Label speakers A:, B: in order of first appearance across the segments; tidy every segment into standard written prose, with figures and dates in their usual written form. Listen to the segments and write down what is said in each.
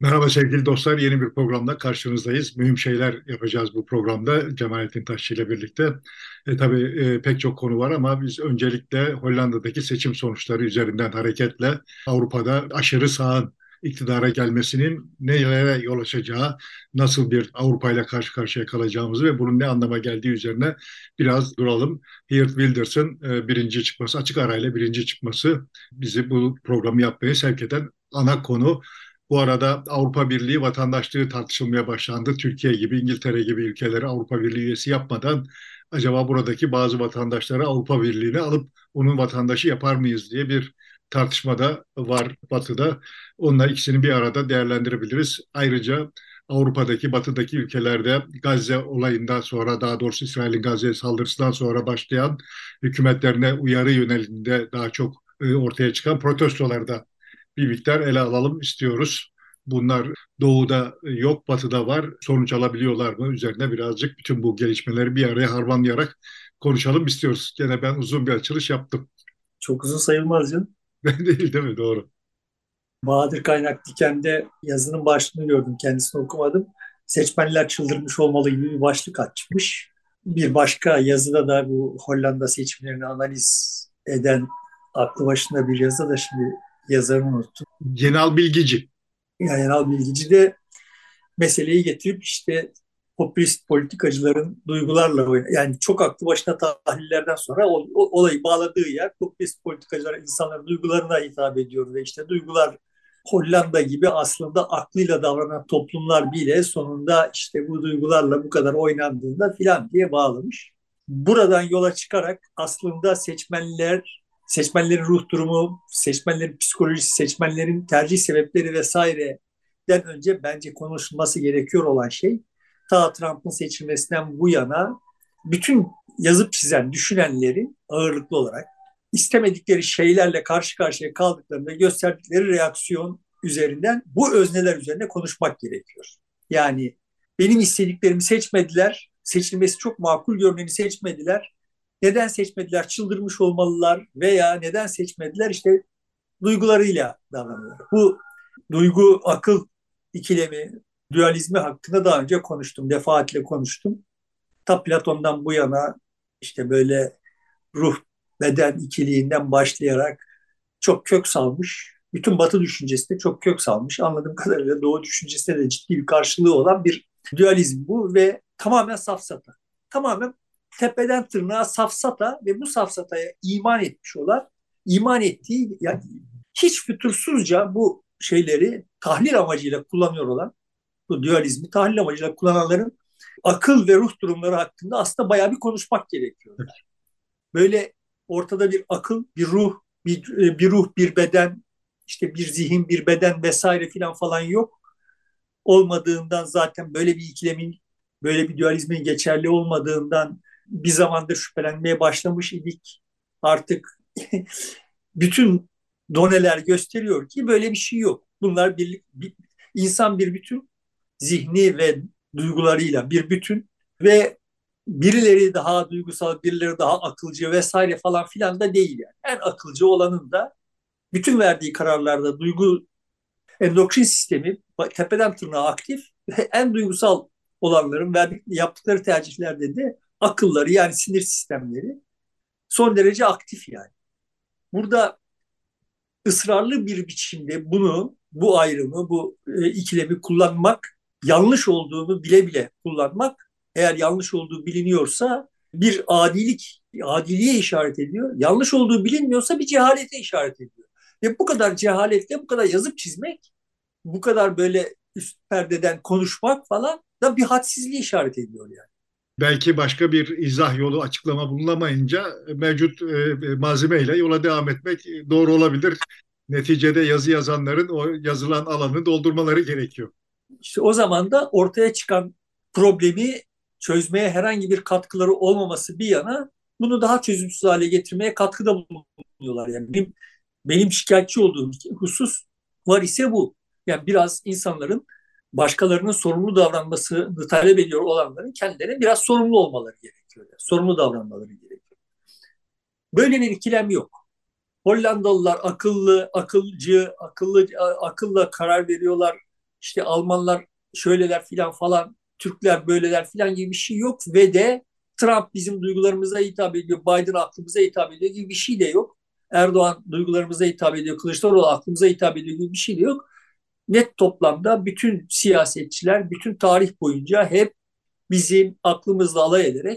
A: Merhaba sevgili dostlar, yeni bir programda karşınızdayız. Mühim şeyler yapacağız bu programda Cemalettin Taşçı ile birlikte. Tabii pek çok konu var ama biz öncelikle Hollanda'daki seçim sonuçları üzerinden hareketle Avrupa'da aşırı sağın iktidara gelmesinin nelere yol açacağı, nasıl bir Avrupa ile karşı karşıya kalacağımızı ve bunun ne anlama geldiği üzerine biraz duralım. Geert Wilders'ın birinci çıkması, açık arayla birinci çıkması bizi bu programı yapmaya sevk eden ana konu. Bu arada Avrupa Birliği vatandaşlığı tartışılmaya başlandı. Türkiye gibi, İngiltere gibi ülkeleri Avrupa Birliği üyesi yapmadan acaba buradaki bazı vatandaşları Avrupa Birliği'ne alıp onun vatandaşı yapar mıyız diye bir tartışma da var Batı'da. Onunla ikisini bir arada değerlendirebiliriz. Ayrıca Avrupa'daki, Batı'daki ülkelerde Gazze olayından sonra, daha doğrusu İsrail'in Gazze saldırısından sonra başlayan hükümetlerine uyarı yönelinde daha çok ortaya çıkan protestolarda bir miktar ele alalım istiyoruz. Bunlar doğuda yok, batıda var. Sonuç alabiliyorlar mı? Üzerine birazcık bütün bu gelişmeleri bir araya harmanlayarak konuşalım istiyoruz. Gene ben uzun bir açılış yaptım.
B: Çok uzun sayılmaz canım.
A: Değil mi? Doğru.
B: Bahadır Kaynak Diken'de yazının başlığını gördüm. Kendisini okumadım. Seçmenler çıldırmış olmalı gibi bir başlık açmış. Bir başka yazıda da bu Hollanda seçimlerini analiz eden aklı başında bir yazı da şimdi yazarını unuttum.
A: Genel Bilgici.
B: Yayınal Bilgici de meseleyi getirip işte popülist politikacıların duygularla yani çok aklı başına tahlillerden sonra olayı bağladığı yer popülist politikacılar insanların duygularına hitap ediyor ve işte duygular Hollanda gibi aslında aklıyla davranan toplumlar bile sonunda işte bu duygularla bu kadar oynandığında filan diye bağlamış. Buradan yola çıkarak aslında seçmenlerin ruh durumu, seçmenlerin psikolojisi, seçmenlerin tercih sebepleri vesaire önce bence konuşulması gerekiyor olan şey ta Trump'ın seçilmesinden bu yana bütün yazıp çizen, düşünenlerin ağırlıklı olarak istemedikleri şeylerle karşı karşıya kaldıklarında gösterdikleri reaksiyon üzerinden bu özneler üzerine konuşmak gerekiyor. Yani benim istediklerimi seçmediler, seçilmesi çok makul görüneni seçmediler. Neden seçmediler? Çıldırmış olmalılar veya neden seçmediler? İşte duygularıyla davranıyorlar. Bu duygu akıl ikilemi, dualizmi hakkında daha önce konuştum, defaatle konuştum. Ta Platon'dan bu yana işte böyle ruh beden ikiliğinden başlayarak çok kök salmış. Bütün Batı düşüncesi de çok kök salmış. Anladığım kadarıyla Doğu düşüncesinde de ciddi bir karşılığı olan bir dualizm bu ve tamamen safsata. Tamamen tepeden tırnağa safsata ve bu safsataya iman etmiş olan, iman ettiği yani hiç fütursuzca bu şeyleri tahlil amacıyla kullanıyor olan, bu dualizmi tahlil amacıyla kullananların akıl ve ruh durumları hakkında aslında bayağı bir konuşmak gerekiyor. Böyle ortada bir akıl, bir ruh, bir ruh, bir beden, işte bir zihin, bir beden vesaire filan falan yok. Olmadığından zaten böyle bir ikilemin, böyle bir dualizmin geçerli olmadığından bir zamandır şüphelenmeye başlamış idik. Artık bütün doneler gösteriyor ki böyle bir şey yok. Bunlar insan bir bütün, zihni ve duygularıyla bir bütün ve birileri daha duygusal, birileri daha akılcı vesaire falan filan da değil yani. En akılcı olanın da bütün verdiği kararlarda endokrin sistemi tepeden tırnağa aktif ve en duygusal olanların yaptıkları tercihlerde de akılları yani sinir sistemleri son derece aktif yani. Burada ısrarlı bir biçimde bu ayrımı, bu ikilemi kullanmak, yanlış olduğunu bile bile kullanmak, eğer yanlış olduğu biliniyorsa bir adiliğe işaret ediyor. Yanlış olduğu bilinmiyorsa bir cehalete işaret ediyor. Ve bu kadar cehaletle bu kadar yazıp çizmek, bu kadar böyle üst perdeden konuşmak falan da bir hadsizliği işaret ediyor yani.
A: Belki başka bir izah yolu, açıklama bulunamayınca mevcut malzemeyle yola devam etmek doğru olabilir. Neticede yazı yazanların o yazılan alanı doldurmaları gerekiyor.
B: İşte o zaman da ortaya çıkan problemi çözmeye herhangi bir katkıları olmaması bir yana bunu daha çözümsüz hale getirmeye katkıda bulunuyorlar. Yani benim şikayetçi olduğum husus var ise bu. Yani biraz insanların başkalarının sorumlu davranmasını talep ediyor olanların kendilerine biraz sorumlu olmaları gerekiyor. Yani sorumlu davranmaları gerekiyor. Böyle bir ikilem yok. Hollandalılar akıllı, akılcı, akılla karar veriyorlar. işte Almanlar şöyleler filan falan, Türkler böyleler filan gibi bir şey yok ve de Trump bizim duygularımıza hitap ediyor, Biden aklımıza hitap ediyor gibi bir şey de yok. Erdoğan duygularımıza hitap ediyor, Kılıçdaroğlu aklımıza hitap ediyor gibi bir şey de yok. Net toplamda bütün siyasetçiler bütün tarih boyunca hep bizim aklımızla alay ederek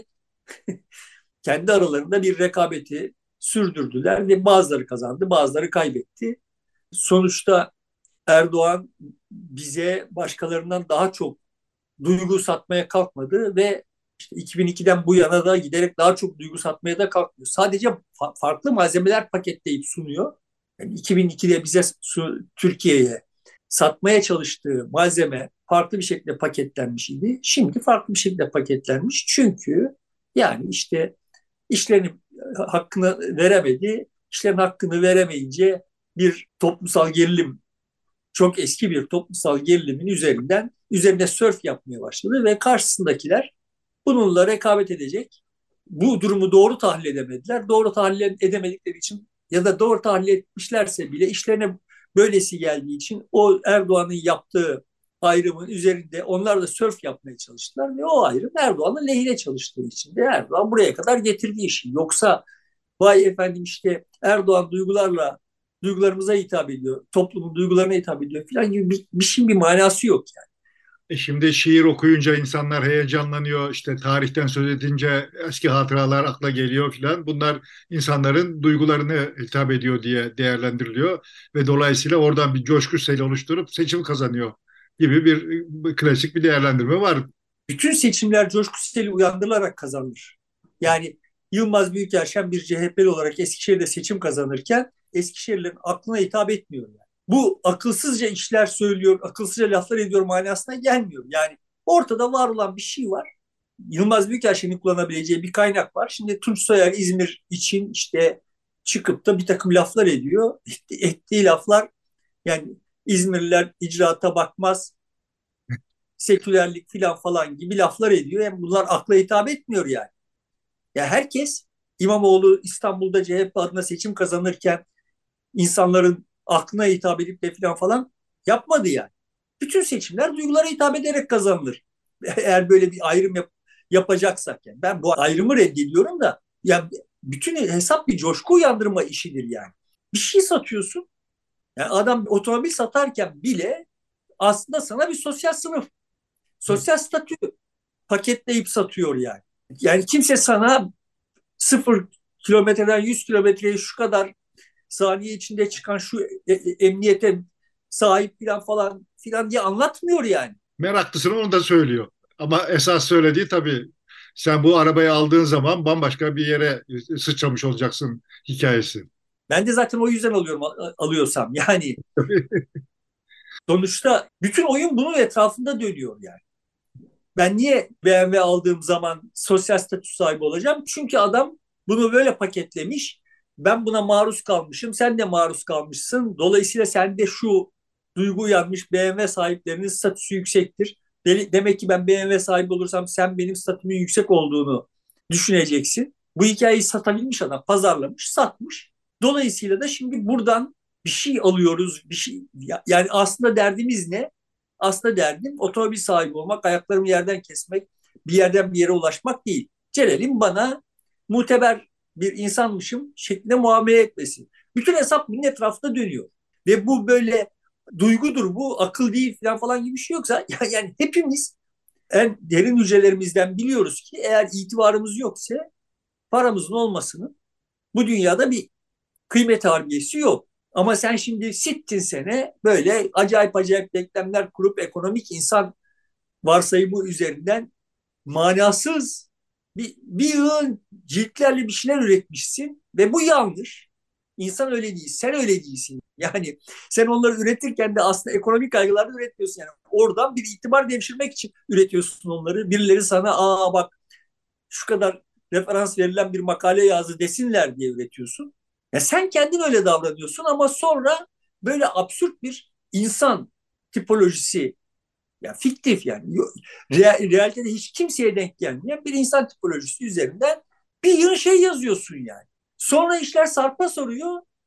B: kendi aralarında bir rekabeti sürdürdüler ve bazıları kazandı, bazıları kaybetti. Sonuçta Erdoğan bize başkalarından daha çok duygu satmaya kalkmadı ve işte 2002'den bu yana da giderek daha çok duygu satmaya da kalkmıyor. Sadece farklı malzemeler paketleyip sunuyor. Yani 2002'de bize Türkiye'ye satmaya çalıştığı malzeme farklı bir şekilde paketlenmiş idi. Şimdi farklı bir şekilde paketlenmiş. Çünkü yani işte işlerin hakkını veremedi. İşlerin hakkını veremeyince bir toplumsal gerilim, çok eski bir toplumsal gerilimin üzerinde sörf yapmaya başladı ve karşısındakiler bununla rekabet edecek. Bu durumu doğru tahlil edemediler. Doğru tahlil edemedikleri için ya da doğru tahlil etmişlerse bile işlerine böylesi geldiği için o Erdoğan'ın yaptığı ayrımın üzerinde onlar da sörf yapmaya çalıştılar ve o ayrım Erdoğan'ın lehine çalıştığı için de Erdoğan buraya kadar getirdiği işi. Yoksa vay efendim işte Erdoğan duygularımıza hitap ediyor, toplumun duygularına hitap ediyor falan gibi bir şeyin bir manası yok yani.
A: Şimdi şiir okuyunca insanlar heyecanlanıyor, işte tarihten söz edince eski hatıralar akla geliyor filan. Bunlar insanların duygularını hitap ediyor diye değerlendiriliyor ve dolayısıyla oradan bir coşku seli oluşturup seçim kazanıyor gibi bir klasik bir değerlendirme var.
B: Bütün seçimler coşku seli uyandırılarak kazanır. Yani Yılmaz Büyükerşen bir CHP'li olarak Eskişehir'de seçim kazanırken Eskişehirlilerin aklına hitap etmiyor yani. Bu akılsızca işler söylüyor, akılsızca laflar ediyor manasına gelmiyor. Yani ortada var olan bir şey var. Yılmaz Büyükerşen'in kullanabileceği bir kaynak var. Şimdi Tunç Soyer İzmir için işte çıkıp da bir takım laflar ediyor. Ettiği laflar yani İzmirliler icraata bakmaz, sekülerlik filan falan gibi laflar ediyor. Yani bunlar akla hitap etmiyor yani. Ya herkes İmamoğlu İstanbul'da CHP adına seçim kazanırken insanların aklına hitap edip de filan falan yapmadı yani. Bütün seçimler duygulara hitap ederek kazanılır. Eğer böyle bir ayrım yapacaksak yani. Ben bu ayrımı reddediyorum da ya bütün hesap bir coşku uyandırma işidir yani. Bir şey satıyorsun. Yani adam otomobil satarken bile aslında sana bir sosyal sınıf, sosyal statü paketleyip satıyor yani. Yani kimse sana 0 kilometreden 100 kilometreye şu kadar saniye içinde çıkan şu emniyete sahip filan falan filan diye anlatmıyor yani.
A: Meraklısın onu da söylüyor. Ama esas söylediği tabii sen bu arabayı aldığın zaman bambaşka bir yere sıçramış olacaksın hikayesi.
B: Ben de zaten o yüzden alıyorum alıyorsam yani sonuçta bütün oyun bunun etrafında dönüyor yani. Ben niye BMW aldığım zaman sosyal statü sahibi olacağım? Çünkü adam bunu böyle paketlemiş. Ben buna maruz kalmışım. Sen de maruz kalmışsın. Dolayısıyla sende şu duygu uyanmış, BMW sahiplerinin statüsü yüksektir. Demek ki ben BMW sahibi olursam sen benim statümün yüksek olduğunu düşüneceksin. Bu hikayeyi satabilmiş adam, pazarlamış, satmış. Dolayısıyla da şimdi buradan bir şey alıyoruz, bir şey yani aslında derdimiz ne? Aslında derdim otomobil sahibi olmak, ayaklarımı yerden kesmek, bir yerden bir yere ulaşmak değil. Celal'in bana muteber bir insanmışım şeklinde muamele etmesi. Bütün hesap bunun etrafında dönüyor. Ve bu böyle duygudur, bu akıl değil falan gibi bir şey yoksa yani hepimiz en derin hücrelerimizden biliyoruz ki eğer itibarımız yoksa paramızın olmasının bu dünyada bir kıymet harbiyesi yok. Ama sen şimdi sittin sene böyle acayip acayip denklemler kurup ekonomik insan varsayımı üzerinden manasız bir yığın ciltlerle bir şeyler üretmişsin ve bu yanlış. İnsan öyle değil, sen öyle değilsin. Yani sen onları üretirken de aslında ekonomik kaygılarla üretmiyorsun. Yani oradan bir itibar devşirmek için üretiyorsun onları. Birileri sana bak şu kadar referans verilen bir makale yazdı desinler diye üretiyorsun. Ya sen kendin öyle davranıyorsun ama sonra böyle absürt bir insan tipolojisi ya fiktif yani realitede hiç kimseye denk gelmeyen bir insan tipolojisi üzerinden bir yığın şey yazıyorsun yani. Sonra işler sarpa soruyor.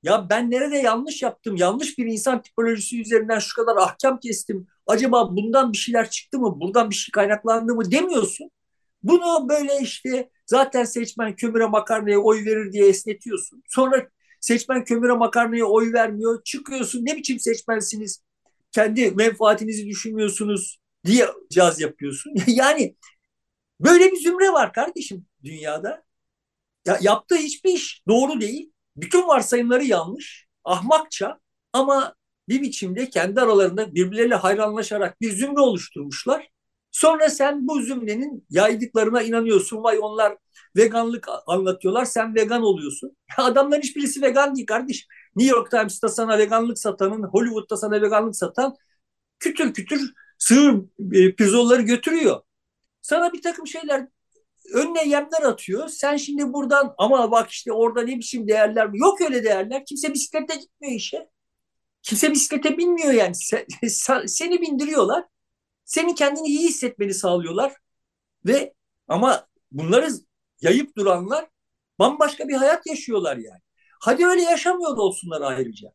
B: Ya ben nerede yanlış yaptım? Yanlış bir insan tipolojisi üzerinden şu kadar ahkam kestim. Acaba bundan bir şeyler çıktı mı? Buradan bir şey kaynaklandı mı demiyorsun. Bunu böyle işte zaten seçmen kömüre makarnaya oy verir diye esnetiyorsun. Sonra seçmen kömüre makarnaya oy vermiyor. Çıkıyorsun, ne biçim seçmensiniz? Kendi menfaatinizi düşünmüyorsunuz diye caz yapıyorsun. Yani böyle bir zümre var kardeşim dünyada. Ya, yaptığı hiçbir iş doğru değil. Bütün varsayımları yanlış, ahmakça, ama bir biçimde kendi aralarında birbirleriyle hayranlaşarak bir zümre oluşturmuşlar. Sonra sen bu zümrenin yaydıklarına inanıyorsun. Vay, onlar veganlık anlatıyorlar, sen vegan oluyorsun. Ya adamların hiçbirisi vegan değil kardeşim. New York Times'ta sana veganlık satanın, Hollywood'da sana veganlık satan kütür kütür sığır pirzolaları götürüyor. Sana bir takım şeyler, önüne yemler atıyor. Sen şimdi buradan, ama bak işte orada ne biçim değerler. Yok öyle değerler. Kimse bisiklete gitmiyor işe. Kimse bisiklete binmiyor yani. Seni bindiriyorlar. Senin kendini iyi hissetmeni sağlıyorlar. Ve ama bunları yayıp duranlar bambaşka bir hayat yaşıyorlar yani. Hadi öyle yaşamıyor olsunlar ayrıca.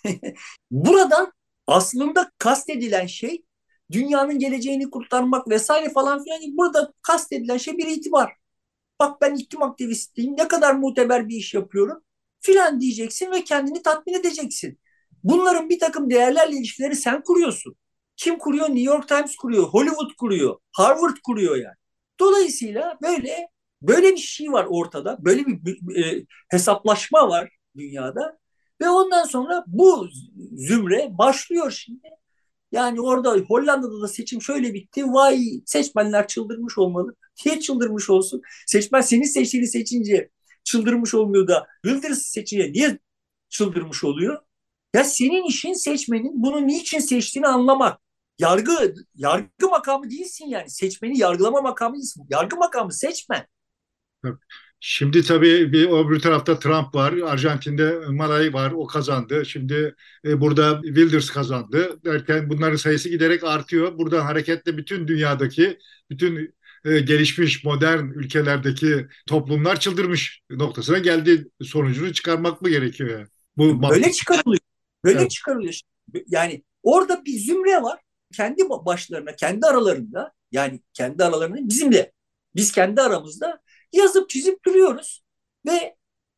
B: Buradan aslında kastedilen şey dünyanın geleceğini kurtarmak vesaire falan filan. Burada kastedilen şey bir itibar. Bak, ben iklim aktivistiyim, ne kadar muteber bir iş yapıyorum filan diyeceksin ve kendini tatmin edeceksin. Bunların bir takım değerlerle ilişkileri sen kuruyorsun. Kim kuruyor? New York Times kuruyor, Hollywood kuruyor, Harvard kuruyor yani. Dolayısıyla böyle bir şey var ortada. Böyle bir hesaplaşma var dünyada. Ve ondan sonra bu zümre başlıyor şimdi. Yani orada Hollanda'da da seçim şöyle bitti. Vay, seçmenler çıldırmış olmalı. Niye çıldırmış olsun? Seçmen senin seçtiğini seçince çıldırmış olmuyor da Wilders seçince niye çıldırmış oluyor? Ya senin işin seçmenin bunu niçin seçtiğini anlamak. Yargı makamı değilsin yani. Seçmeni yargılama makamı değilsin. Yargı makamı seçmen.
A: Şimdi tabii bir öbür tarafta Trump var, Arjantin'de Malay var, o kazandı. Şimdi burada Wilders kazandı derken bunların sayısı giderek artıyor. Buradan hareketle bütün dünyadaki, bütün gelişmiş modern ülkelerdeki toplumlar çıldırmış noktasına geldi. Sonucunu çıkarmak mı gerekiyor yani? Bu
B: Böyle
A: mantık.
B: çıkarılıyor. Böyle
A: Evet.
B: çıkarılıyor. Yani orada bir zümre var. Kendi başlarına, kendi aralarında, yani kendi aralarında bizimle, biz kendi aramızda yazıp çizip duruyoruz ve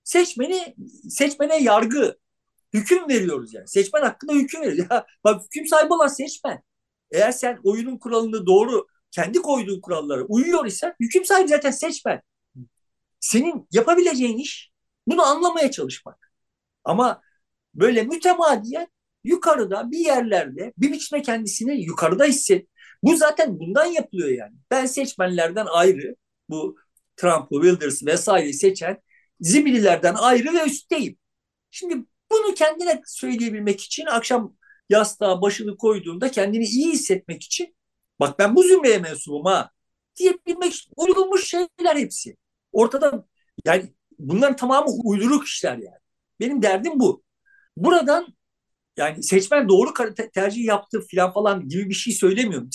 B: seçmene yargı, hüküm veriyoruz yani. Seçmen hakkında hüküm veriyoruz. Ya, bak, hüküm sahibi olan seçmen. Eğer sen oyunun kuralını doğru, kendi koyduğun kurallara uyuyor isen hüküm sahibi zaten seçmen. Senin yapabileceğin iş bunu anlamaya çalışmak. Ama böyle mütemadiyen yukarıda bir yerlerde bir biçimde kendisini yukarıda hisset. Bu zaten bundan yapılıyor yani. Ben seçmenlerden ayrı, bu Trump'ı, Wilders vesaire seçen zibililerden ayrı ve üstteyim. Şimdi bunu kendine söyleyebilmek için akşam yastığa başını koyduğunda kendini iyi hissetmek için, bak ben bu zümreye mensubum ha diyebilmek için uydurulmuş şeyler hepsi. Ortada yani, bunların tamamı uyduruk işler yani. Benim derdim bu. Buradan yani seçmen doğru tercih yaptı falan falan gibi bir şey söylemiyorum.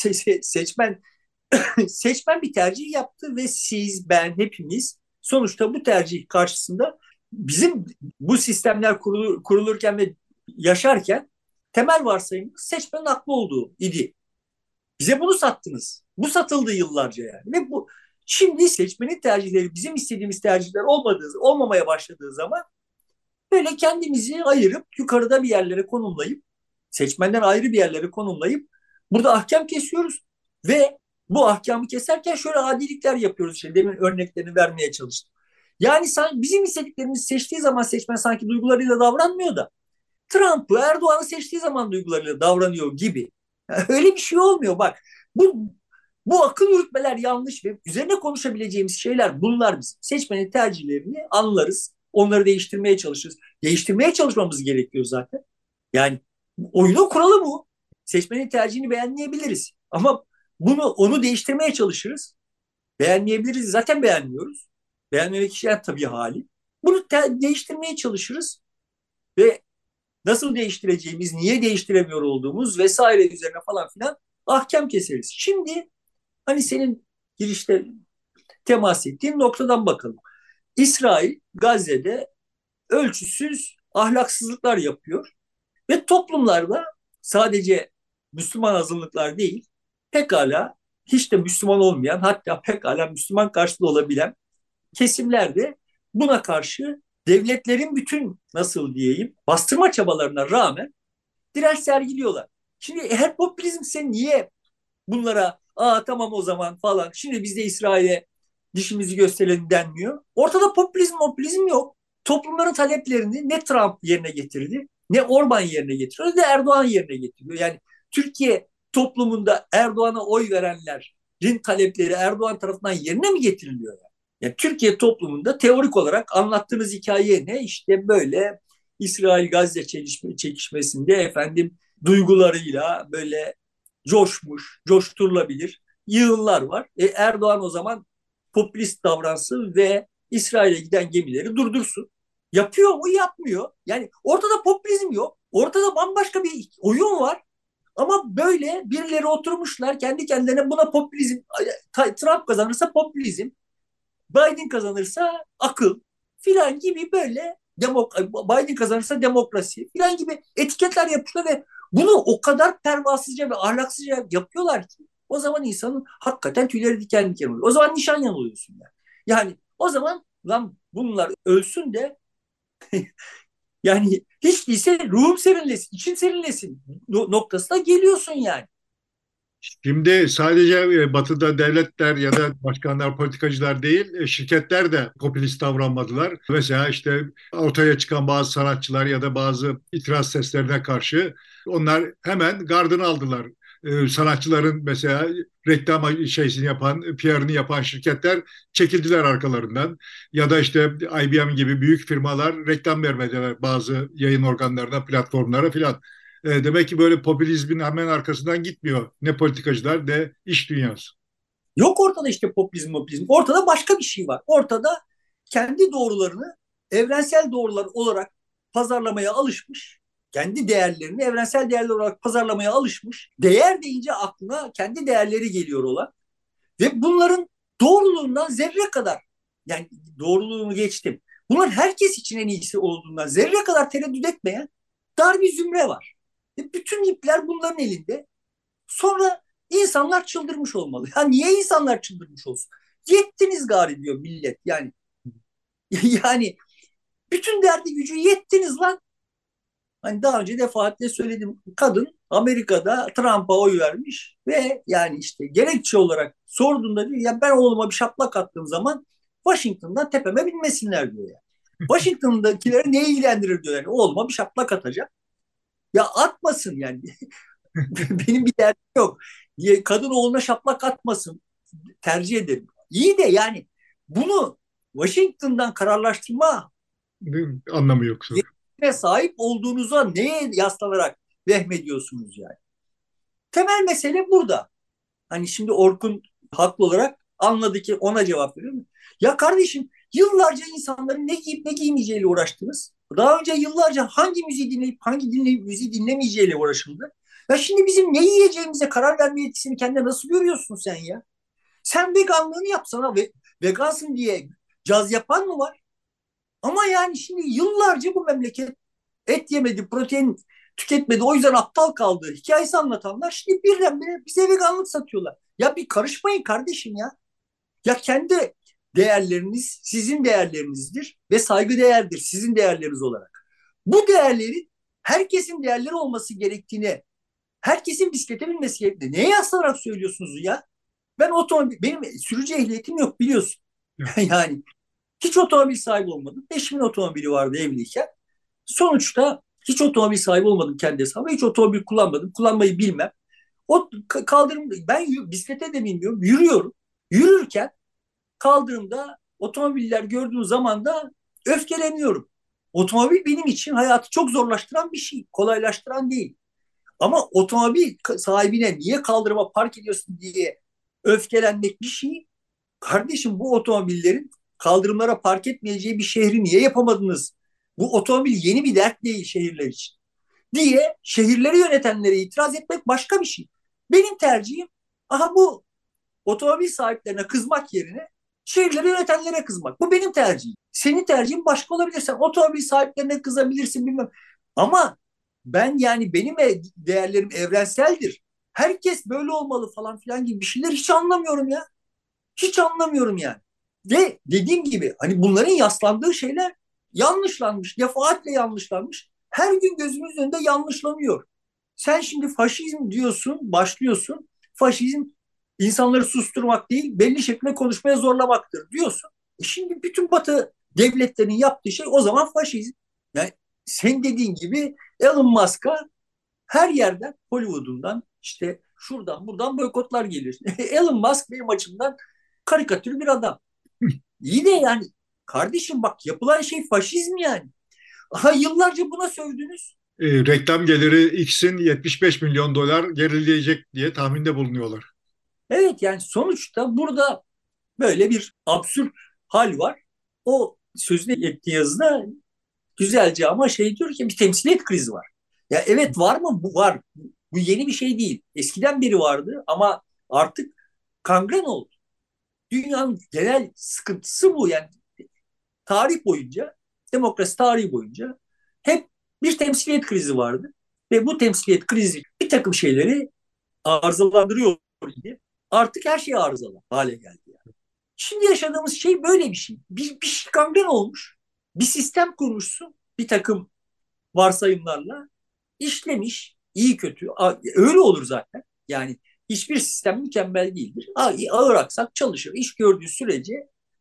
B: Seçmen bir tercih yaptı ve siz, ben, hepimiz sonuçta bu tercih karşısında bizim bu sistemler kurulurken ve yaşarken temel varsayımımız seçmenin haklı olduğu idi. Bize bunu sattınız. Bu satıldı yıllarca yani. Ve bu şimdi seçmenin tercihleri bizim istediğimiz tercihler olmamaya başladığı zaman böyle kendimizi ayırıp yukarıda bir yerlere konumlayıp, seçmenden ayrı bir yerlere konumlayıp burada ahkam kesiyoruz ve bu ahkamı keserken şöyle adilikler yapıyoruz. İşte demin örneklerini vermeye çalıştım. Yani bizim istediklerimizi seçtiği zaman seçmen sanki duygularıyla davranmıyor da Trump'ı, Erdoğan'ı seçtiği zaman duygularıyla davranıyor gibi. Yani öyle bir şey olmuyor bak. Bu bu akıl yürütmeler yanlış ve üzerine konuşabileceğimiz şeyler bunlar bizim. Seçmenin tercihlerini anlarız. Onları değiştirmeye çalışırız. Değiştirmeye çalışmamız gerekiyor zaten. Yani oyunun kuralı bu. Seçmenin tercihini beğenmeyebiliriz. Ama onu değiştirmeye çalışırız. Beğenmeyebiliriz. Zaten beğenmiyoruz. Beğenmemek kişiler tabii hali. Bunu değiştirmeye çalışırız ve nasıl değiştireceğimiz, niye değiştiremiyor olduğumuz vesaire üzerine falan filan ahkam keseriz. Şimdi hani senin girişte temas ettiğin noktadan bakalım. İsrail Gazze'de ölçüsüz ahlaksızlıklar yapıyor ve toplumlarda sadece Müslüman azınlıklar değil, pekala hiç de Müslüman olmayan, hatta pekala Müslüman karşıtı olabilen kesimler de buna karşı devletlerin bütün, nasıl diyeyim, bastırma çabalarına rağmen direnç sergiliyorlar. Şimdi her popülizm sen niye bunlara tamam o zaman falan şimdi biz de İsrail'e dişimizi gösterelim denmiyor. Ortada popülizm yok. Toplumların taleplerini ne Trump yerine getirdi, ne Orban yerine getiriyor, ne de Erdoğan yerine getiriyor. Yani Türkiye toplumunda Erdoğan'a oy verenlerin talepleri Erdoğan tarafından yerine mi getiriliyor? Yani Türkiye toplumunda teorik olarak anlattığınız hikaye ne? İşte böyle İsrail-Gazze çekişmesinde efendim duygularıyla böyle coşturulabilir yığınlar var. Erdoğan o zaman popülist davransın ve İsrail'e giden gemileri durdursun. Yapıyor mu? Yapmıyor. Yani ortada popülizm yok. Ortada bambaşka bir oyun var. Ama böyle birileri oturmuşlar kendi kendilerine buna popülizm, Trump kazanırsa popülizm, Biden kazanırsa akıl filan gibi böyle Biden kazanırsa demokrasi filan gibi etiketler yapmışlar ve bunu o kadar pervasızca ve ahlaksızca yapıyorlar ki o zaman insanın hakikaten tüyleri diken diken oluyor. O zaman Nişanyan oluyorsun yani. Yani o zaman lan bunlar ölsün de yani hiç değilse ruhum serinlesin, içim serinlesin noktasına geliyorsun yani.
A: Şimdi sadece Batı'da devletler ya da başkanlar, politikacılar değil, şirketler de popülist davranmadılar. Mesela işte ortaya çıkan bazı sanatçılar ya da bazı itiraz seslerine karşı onlar hemen gardını aldılar. Sanatçıların mesela reklam şeysini yapan, PR'ını yapan şirketler çekildiler arkalarından. Ya da işte IBM gibi büyük firmalar reklam vermediler bazı yayın organlarına, platformlara filan. Demek ki böyle popülizmin hemen arkasından gitmiyor. Ne politikacılar ne iş dünyası.
B: Yok ortada işte popülizm. Ortada başka bir şey var. Ortada kendi doğrularını evrensel doğrular olarak pazarlamaya alışmış. Kendi değerlerini evrensel değerler olarak pazarlamaya alışmış. Değer deyince aklına kendi değerleri geliyor olan. Ve bunların doğruluğundan zerre kadar, yani doğruluğunu geçtim. Bunlar herkes için en iyisi olduğundan zerre kadar tereddüt etmeyen dar bir zümre var. Bütün ipler bunların elinde. Sonra insanlar çıldırmış olmalı. Ya niye insanlar çıldırmış olsun? Yettiniz gari diyor millet. Yani yani bütün derdi gücü yettiniz lan. Hani daha önce defaatle söyledim. Kadın Amerika'da Trump'a oy vermiş ve yani işte gerekçe olarak sorduğunda diyor ya ben oğluma bir şaplak attığım zaman Washington'dan tepeme binmesinler diyor yani. Washington'dakileri ne ilgilendirir diyor yani oğluma bir şaplak atacak. Ya atmasın yani. Benim bir derdim yok. Kadın oğluna şaplak atmasın. Tercih ederim. İyi de yani bunu Washington'dan kararlaştırma
A: Anlamı yok sonra.
B: yetkisine sahip olduğunuza neye yaslanarak vehmediyorsunuz yani? Temel mesele burada. Hani şimdi Orkun haklı olarak anladı ki ona cevap veriyor mu? Ya kardeşim yıllarca insanların ne giyip ne giymeyeceğiyle uğraştınız. Daha önce yıllarca hangi müziği dinleyip hangi müziği dinlemeyeceğiyle uğraşıldı. Ya şimdi bizim ne yiyeceğimize karar verme yetkisini kendine nasıl görüyorsun sen ya? Sen veganlığını yapsana ve vegansın diye caz yapan mı var? Ama yani şimdi yıllarca bu memleket et yemedi, protein tüketmedi, o yüzden aptal kaldı. Hikayesi anlatanlar şimdi birdenbire bize veganlık satıyorlar. Ya bir karışmayın kardeşim ya. Ya kendi değerleriniz sizin değerlerinizdir ve saygı değerdir sizin değerleriniz olarak. Bu değerlerin herkesin değerleri olması gerektiğini, herkesin bisiklete binmesi gerektiğini neye yaslanarak söylüyorsunuz ya? Ben otomobil, benim sürücü ehliyetim yok biliyorsun. Yani hiç otomobil sahibi olmadım. Eşimin otomobili vardı evliyken. Sonuçta hiç otomobil sahibi olmadım kendi hesabıma. Hiç otomobil kullanmadım. Kullanmayı bilmem. O kaldırım ben bisiklete de bilmiyorum. Yürüyorum. Yürürken kaldırımda otomobiller gördüğüm zaman da öfkeleniyorum. Otomobil benim için hayatı çok zorlaştıran bir şey. Kolaylaştıran değil. Ama otomobil sahibine niye kaldırıma park ediyorsun diye öfkelenmek bir şey. Kardeşim bu otomobillerin kaldırımlara park etmeyeceği bir şehri niye yapamadınız? Bu otomobil yeni bir dert değil şehirler için. Diye şehirleri yönetenlere itiraz etmek başka bir şey. Benim tercihim bu otomobil sahiplerine kızmak yerine şehirleri yönetenlere kızmak. Bu benim tercihim. Senin tercihin başka olabilir. Sen otomobil sahiplerine kızabilirsin bilmem. Ama ben yani benim değerlerim evrenseldir. Herkes böyle olmalı falan filan gibi bir şeyler hiç anlamıyorum ya. Hiç anlamıyorum yani. Ve dediğim gibi hani bunların yaslandığı şeyler yanlışlanmış, defaatle yanlışlanmış. Her gün gözümüz önünde yanlışlanıyor. Sen şimdi faşizm diyorsun, başlıyorsun. Faşizm insanları susturmak değil, belli şekilde konuşmaya zorlamaktır diyorsun. Şimdi bütün Batı devletlerinin yaptığı şey o zaman faşizm. Yani sen dediğin gibi Elon Musk'a her yerden, Hollywood'undan işte şuradan buradan boykotlar gelir. Elon Musk benim açımdan karikatür bir adam. İyi de yani kardeşim bak yapılan şey faşizm yani. Aha, yıllarca buna sövdünüz.
A: Reklam geliri X'in 75 milyon dolar gerileyecek diye tahminde bulunuyorlar.
B: Evet yani sonuçta burada böyle bir absürt hal var. O sözüne ettiği yazıda güzelce ama şey diyor ki bir temsiliyet krizi var. Ya evet var mı? Bu var. Bu yeni bir şey değil. Eskiden beri vardı ama artık kangren oldu. Dünyanın genel sıkıntısı bu. Yani tarih boyunca, demokrasi tarihi boyunca hep bir temsiliyet krizi vardı. Ve bu temsiliyet krizi bir takım şeyleri arızalandırıyor idi. Artık her şey arızalı hale geldi. Yani. Şimdi yaşadığımız şey böyle bir şey. Bir şey kangren olmuş. Bir sistem kurmuşsun bir takım varsayımlarla. İşlemiş, iyi kötü. Öyle olur zaten. Yani hiçbir sistem mükemmel değildir. Ağır aksak çalışır. İş gördüğü sürece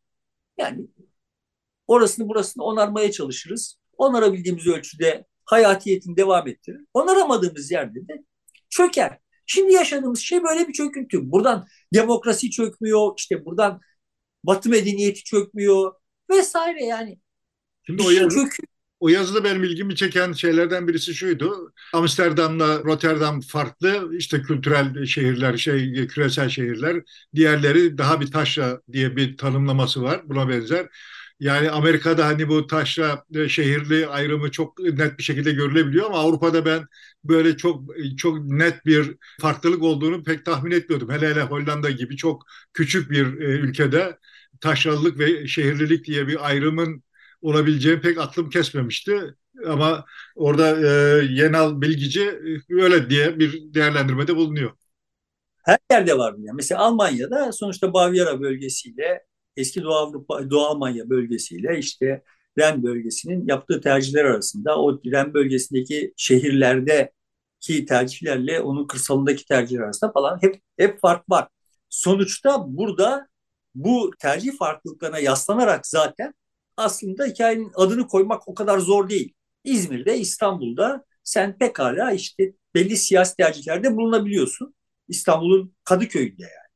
B: yani orasını burasını onarmaya çalışırız. Onarabildiğimiz ölçüde hayatiyetini devam ettirir. Onaramadığımız yerde de çöker. Şimdi yaşadığımız şey böyle bir çöküntü. Buradan demokrasi çökmüyor, işte buradan Batı medeniyeti çökmüyor vesaire yani
A: Şimdi
B: bir şey kökü.
A: o yazıda benim ilgimi çeken şeylerden birisi şuydu. Amsterdam'la Rotterdam farklı, işte kültürel şehirler, küresel şehirler. Diğerleri daha bir taşra diye bir tanımlaması var. Buna benzer. Yani Amerika'da hani bu taşra şehirli ayrımı çok net bir şekilde görülebiliyor ama Avrupa'da ben böyle çok net bir farklılık olduğunu pek tahmin etmiyordum. Hele hele Hollanda gibi çok küçük bir ülkede taşralılık ve şehirlilik diye bir ayrımın olabileceği pek aklım kesmemişti. Ama orada Yenal Bilgici öyle diye bir değerlendirmede bulunuyor.
B: Her yerde var bu. Yani. Mesela Almanya'da sonuçta Bavyera bölgesiyle eski Doğu Avrupa, Doğu Almanya bölgesiyle işte Ren bölgesinin yaptığı tercihler arasında o Ren bölgesindeki şehirlerdeki tercihlerle onun kırsalındaki tercihler arasında falan hep fark var. Sonuçta burada bu tercih farklılıklarına yaslanarak zaten aslında hikayenin adını koymak o kadar zor değil. İzmir'de, İstanbul'da sen pekala işte belli siyasi tercihlerde bulunabiliyorsun. İstanbul'un Kadıköy'ünde yani.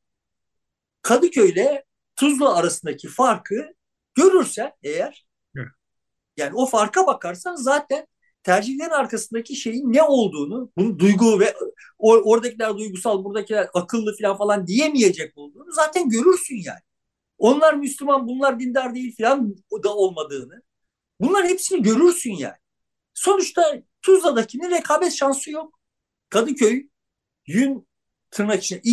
B: Kadıköy'le Tuzla arasındaki farkı görürsen eğer yani o farka bakarsan zaten tercihlerin arkasındaki şeyin ne olduğunu, bunun duygu ve oradakiler duygusal, buradakiler akıllı falan diyemeyecek olduğunu zaten görürsün yani. Onlar Müslüman, bunlar dindar değil falan da olmadığını. Bunların hepsini görürsün yani. Sonuçta Tuzla'dakinin rekabet şansı yok. Kadıköy yün tırnak içinde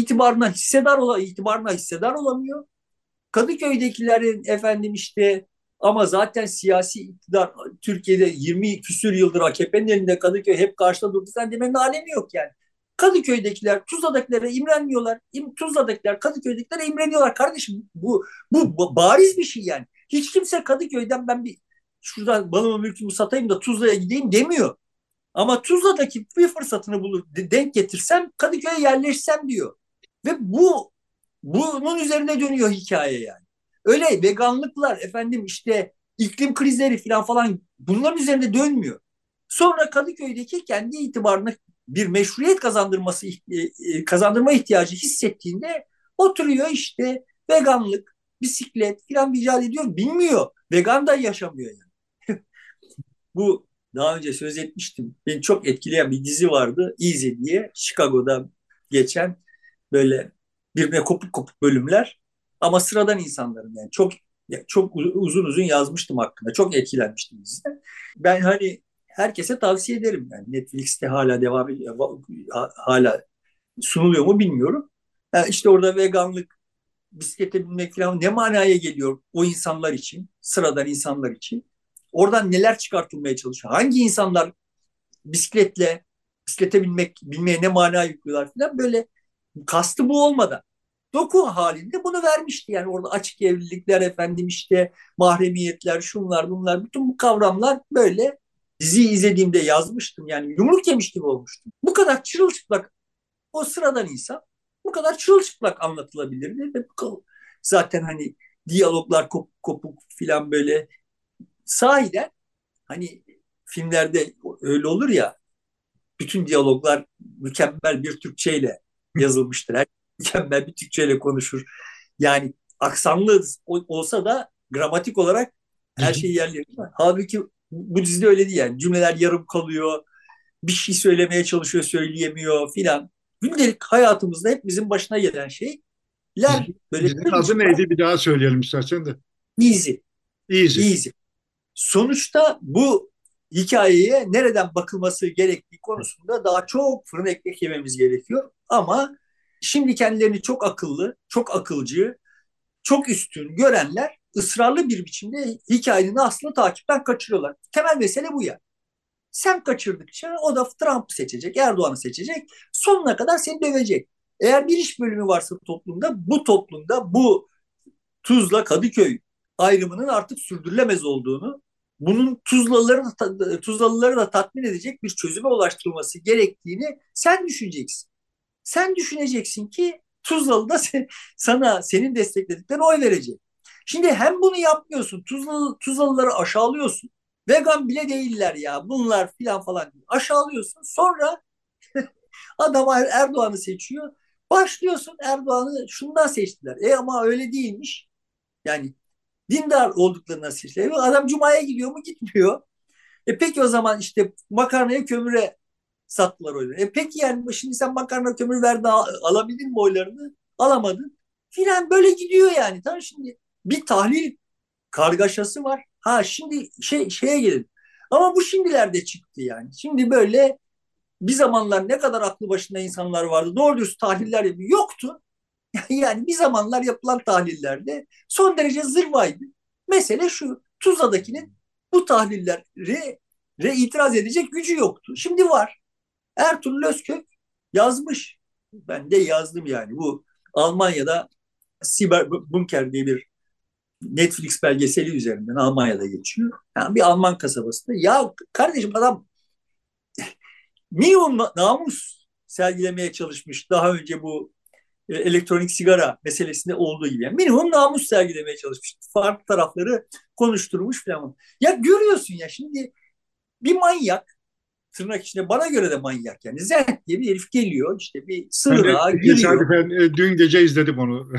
B: itibarına hissedar olamıyor. Kadıköy'dekilerin efendim işte ama zaten siyasi iktidar Türkiye'de 20 küsür yıldır AKP'nin elinde Kadıköy hep karşıda durdu. Sen demenin alemi yok yani. Kadıköy'dekiler Tuzla'dakilere imrenmiyorlar. Tuzla'dakiler Kadıköy'dekilere imreniyorlar. Kardeşim bu bariz bir şey yani. Hiç kimse Kadıköy'den ben bir şuradan malımı mülkümü satayım da Tuzla'ya gideyim demiyor. Ama Tuzla'daki bir fırsatını bulur, denk getirsem Kadıköy'e yerleşsem diyor. Ve bunun üzerine dönüyor hikaye yani. Öyle veganlıklar efendim işte iklim krizleri falan bunların üzerinde dönmüyor. Sonra Kadıköy'deki kendi itibarını bir meşruiyet kazandırma ihtiyacı hissettiğinde oturuyor işte veganlık, bisiklet falan icat ediyor. Bilmiyor. Vegan da yaşamıyor yani. Bu daha önce söz etmiştim. Beni çok etkileyen bir dizi vardı. Easy diye Chicago'da geçen böyle birbirine kopuk kopuk bölümler ama sıradan insanların yani çok uzun uzun yazmıştım hakkında. Çok etkilenmiştim diziden. Ben hani herkese tavsiye ederim yani Netflix'te hala devam ediyor. Hala sunuluyor mu bilmiyorum. Yani işte orada veganlık bisiklete binmek falan ne manaya geliyor o insanlar için, sıradan insanlar için? Oradan neler çıkartılmaya çalışıyor? Hangi insanlar bisiklete bilmeye ne mana yüklüyorlar falan, böyle kastı bu olmadan doku halinde bunu vermişti. Yani orada açık evlilikler, efendim işte mahremiyetler, şunlar bunlar, bütün bu kavramlar böyle diziyi izlediğimde yazmıştım. Yani yumruk yemiş gibi olmuştum. Bu kadar çırılçıplak, o sıradan insan bu kadar çırılçıplak anlatılabilirdi. Ve zaten hani diyaloglar kopuk kopuk filan, böyle sahiden hani filmlerde öyle olur ya, bütün diyaloglar mükemmel bir Türkçeyle yazılmıştır. Her mükemmel bir Türkçeyle konuşur. Yani aksanlı olsa da gramatik olarak her şey yerlerinde. Halbuki bu dizide öyle değil yani. Cümleler yarım kalıyor. Bir şey söylemeye çalışıyor, söyleyemiyor filan. Gündelik hayatımızda hep bizim başına gelen şeyler böyle
A: Dizinin adı
B: çıplak,
A: neydi? Bir daha söyleyelim istersen de.
B: easy,
A: Easy.
B: easy. Sonuçta bu hikayeye nereden bakılması gerektiği konusunda daha çok fırın ekmek yememiz gerekiyor. Ama şimdi kendilerini çok akıllı, çok akılcı, çok üstün görenler ısrarlı bir biçimde hikayenin aslını takipten kaçırıyorlar. Temel mesele bu ya. Sen kaçırdıkça o da Trump'ı seçecek, Erdoğan'ı seçecek, sonuna kadar seni dövecek. Eğer bir iş bölümü varsa toplumda bu Tuzla Kadıköy ayrımının artık sürdürülemez olduğunu, bunun Tuzlalıları da tatmin edecek bir çözüme ulaştırılması gerektiğini sen düşüneceksin. Sen düşüneceksin ki Tuzlalı da senin desteklediklerine oy verecek. Şimdi hem bunu yapmıyorsun, Tuzlalıları aşağılıyorsun. Vegan bile değiller ya bunlar filan falan, aşağılıyorsun. Sonra adam Erdoğan'ı seçiyor. Başlıyorsun, Erdoğan'ı şundan seçtiler. Ama öyle değilmiş. Yani dindar olduklarına seçtiler. Adam Cuma'ya gidiyor mu? Gitmiyor. Peki o zaman işte makarnaya, kömüre sattılar oyları. Peki yani şimdi sen makarna, kömür verdin, alabildin mi oylarını? Alamadın. Filan böyle gidiyor yani. Tamam, şimdi bir tahlil kargaşası var. Ha şimdi şeye gelin. Ama bu şimdilerde çıktı yani. Şimdi böyle bir zamanlar ne kadar aklı başında insanlar vardı. Doğru dürüst tahliller yapıyor. Yoktu. Yani bir zamanlar yapılan tahlillerde son derece zırvaydı. Mesele şu: Tuzla'dakinin bu tahlilleri itiraz edecek gücü yoktu. Şimdi var. Ertuğrul Özkök yazmış. Ben de yazdım yani. Bu Almanya'da Siber Bunker diye bir Netflix belgeseli üzerinden Almanya'da geçiyor. Yani bir Alman kasabasında. Ya kardeşim, adam minimum namus sergilemeye çalışmış. Daha önce bu elektronik sigara meselesinde olduğu gibi. Yani minimum namus sergilemeye çalışmış. Farklı tarafları konuşturmuş falan. Ya görüyorsun ya, şimdi bir manyak, tırnak içinde bana göre de manyak yani. Zent diye bir herif geliyor, işte bir
A: Ben de
B: sığınağa giriyor.
A: tesadüfen dün gece izledim onu.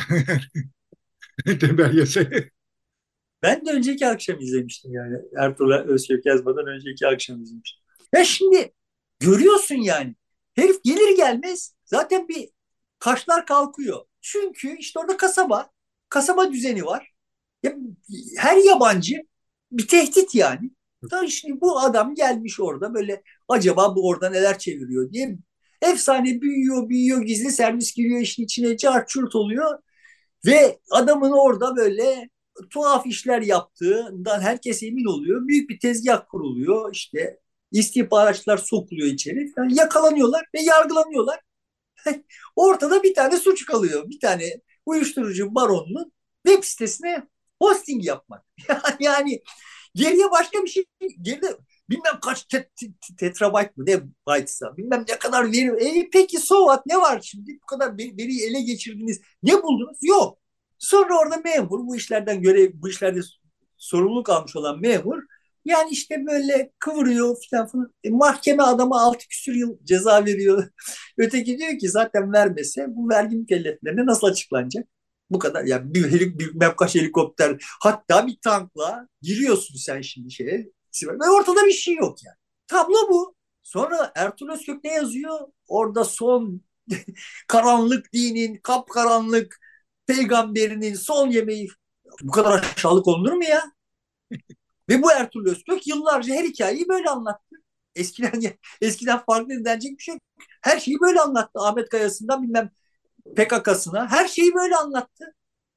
A: Belgeseli.
B: Ben de önceki akşam izlemiştim yani. Ertuğrul Özkök yazmadan önceki akşam izlemiştim. Ya şimdi görüyorsun yani. Herif gelir gelmez zaten bir kaşlar kalkıyor. Çünkü işte orada kasaba düzeni var. Ya, her yabancı bir tehdit yani. Tabii şimdi bu adam gelmiş orada böyle, acaba bu orada neler çeviriyor diye efsane büyüyor, gizli servis giriyor işin içine, cart çurt oluyor. Ve adamın orada böyle tuhaf işler yaptığından herkes emin oluyor. Büyük bir tezgah kuruluyor. İşte istihbaratçılar sokuluyor içeri. Yani yakalanıyorlar ve yargılanıyorlar. Ortada bir tane suç kalıyor. Bir tane uyuşturucu baronunun web sitesine hosting yapmak. Yani geriye başka bir şey, geride bilmem kaç tetrabayt mı ne byte'sa, bilmem ne kadar veri. Peki so what, ne var şimdi? Bu kadar veriyi ele geçirdiniz. Ne buldunuz? Yok. Sonra orada memur, bu işlerde sorumluluk almış olan memur, yani işte böyle kıvırıyor falan. Mahkeme adama 6 küsur yıl ceza veriyor. Öteki diyor ki zaten vermese bu vergi mükelleflerine nasıl açıklanacak? Bu kadar yani, bir kaç helikopter, hatta bir tankla giriyorsun sen şimdi ve ortada bir şey yok yani. Tablo bu. Sonra Ertuğrul Özkök ne yazıyor? Orada son karanlık dinin, kapkaranlık peygamberinin son yemeği, bu kadar aşağılık olunur mu ya? Ve bu Ertuğrul Özkök yıllarca her hikayeyi böyle anlattı. Eskiden eskiden farklı denecek bir şey yok. Her şeyi böyle anlattı. Ahmet Kayası'ndan bilmem PKK'sına her şeyi böyle anlattı.